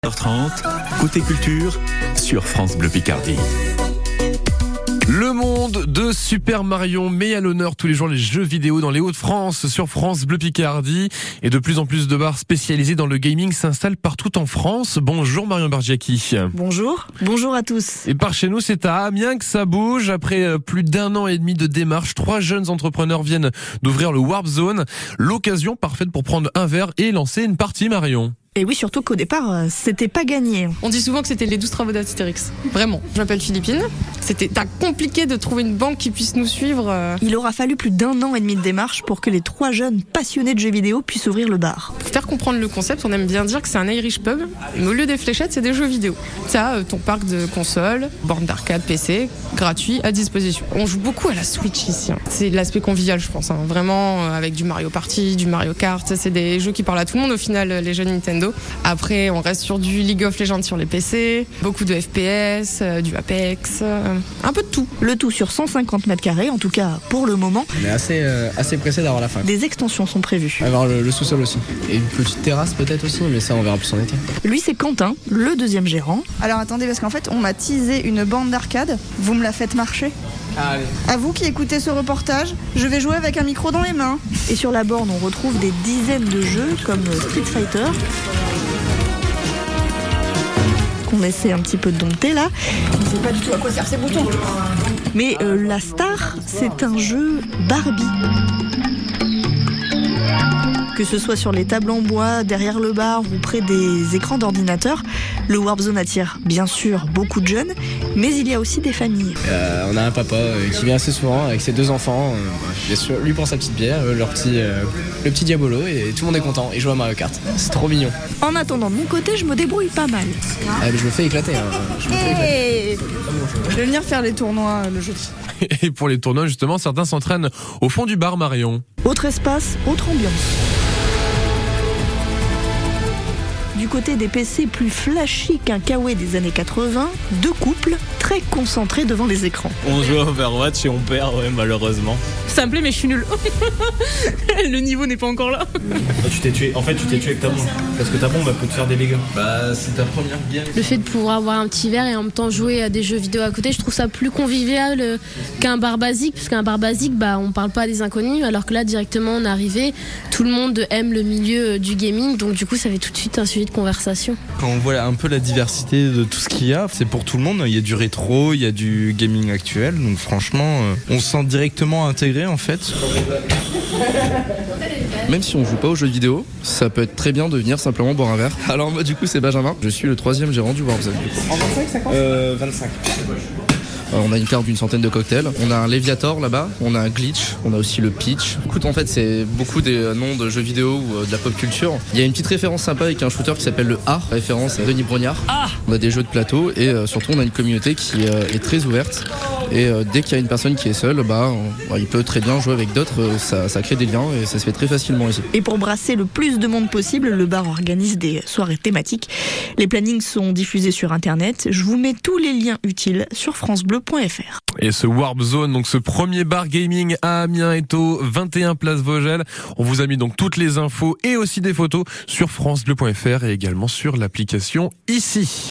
h30, côté culture, sur France Bleu Picardie. Le monde de Super Marion met à l'honneur tous les jours les jeux vidéo dans les Hauts-de-France sur France Bleu Picardie. Et de plus en plus de bars spécialisés dans le gaming s'installent partout en France. Bonjour Marion Bargiaki. Bonjour à tous. Et par chez nous, c'est à Amiens que ça bouge. Après plus d'un an et demi de démarche, 3 jeunes entrepreneurs viennent d'ouvrir le Warp Zone. L'occasion parfaite pour prendre un verre et lancer une partie, Marion. Et oui, surtout qu'au départ, c'était pas gagné. On dit souvent que c'était les 12 travaux d'Astérix. Vraiment. Je m'appelle Philippine. C'était compliqué de trouver une banque qui puisse nous suivre. Il aura fallu plus d'1 an et demi de démarche pour que les 3 jeunes passionnés de jeux vidéo puissent ouvrir le bar. Pour faire comprendre le concept, on aime bien dire que c'est un Irish pub, mais au lieu des fléchettes, c'est des jeux vidéo. T'as ton parc de consoles, bornes d'arcade, PC, gratuit, à disposition. On joue beaucoup à la Switch ici. C'est l'aspect convivial, je pense. Vraiment, avec du Mario Party, du Mario Kart. C'est des jeux qui parlent à tout le monde, au final, les jeux Nintendo. Après, on reste sur du League of Legends sur les PC, beaucoup de FPS, du Apex, un peu de tout. Le tout sur 150 mètres carrés, en tout cas pour le moment. On est assez pressé d'avoir la fin. Des extensions sont prévues. Avoir le sous-sol aussi. Et une petite terrasse peut-être aussi, mais ça on verra plus en été. Lui, c'est Quentin, le deuxième gérant. Alors attendez, parce qu'en fait, on m'a teasé une bande d'arcade. Vous me la faites marcher ? Allez. À vous qui écoutez ce reportage, je vais jouer avec un micro dans les mains. Et sur la borne, on retrouve des dizaines de jeux comme Street Fighter, qu'on essaie un petit peu de dompter là. Je ne sais pas du tout à quoi servent ces boutons. Mais la star, c'est un jeu Barbie. Que ce soit sur les tables en bois, derrière le bar ou près des écrans d'ordinateur, le Warp Zone attire bien sûr beaucoup de jeunes, mais il y a aussi des familles. On a un papa qui vient assez souvent avec ses 2 enfants, bien sûr, lui pour sa petite bière, le petit Diabolo, et tout le monde est content. Il joue à Mario Kart. C'est trop mignon. En attendant, de mon côté, je me débrouille pas mal. Mais je me fais éclater. Je vais venir faire les tournois le jeudi. Et pour les tournois, justement, certains s'entraînent au fond du bar, Marion. Autre espace, autre ambiance. Du côté des PC plus flashy qu'un kawaii des années 80, 2 couples très concentrés devant les écrans. On joue à Overwatch et on perd, malheureusement. Ça me plaît, mais je suis nulle. Le niveau n'est pas encore là. Tu t'es tué avec ta bombe. Parce que ta bombe elle peut te faire des dégâts. Bah, c'est ta première game. Le fait de pouvoir avoir un petit verre et en même temps jouer à des jeux vidéo à côté, je trouve ça plus convivial qu'un bar basique. Parce qu'un bar basique, on parle pas à des inconnus, alors que là, directement, on est arrivé. Tout le monde aime le milieu du gaming, donc du coup, ça fait tout de suite un suivi de conversation. Quand on voit un peu la diversité de tout ce qu'il y a, c'est pour tout le monde. Il y a du rétro, il y a du gaming actuel. Donc franchement, on se sent directement intégré en fait. Même si on joue pas aux jeux vidéo, ça peut être très bien de venir simplement boire un verre. Alors moi du coup c'est Benjamin, je suis le 3e gérant du Warp Zone. En 25, ça compte 25. On a une carte d'une centaine de cocktails, on a un Léviator là-bas, on a un Glitch, on a aussi le Pitch. Écoute, en fait c'est beaucoup des noms de jeux vidéo ou de la pop culture. Il y a une petite référence sympa avec un shooter qui s'appelle le A, référence à Denis Brognard. On a des jeux de plateau et surtout on a une communauté qui est très ouverte. Et dès qu'il y a une personne qui est seule, il peut très bien jouer avec d'autres, ça crée des liens et ça se fait très facilement ici. Et pour brasser le plus de monde possible, le bar organise des soirées thématiques. Les plannings sont diffusés sur internet. Je vous mets tous les liens utiles sur francebleu.fr. Et ce Warp Zone, donc ce premier bar gaming à Amiens, est au 21 place Vogel. On vous a mis donc toutes les infos et aussi des photos sur francebleu.fr et également sur l'application ici.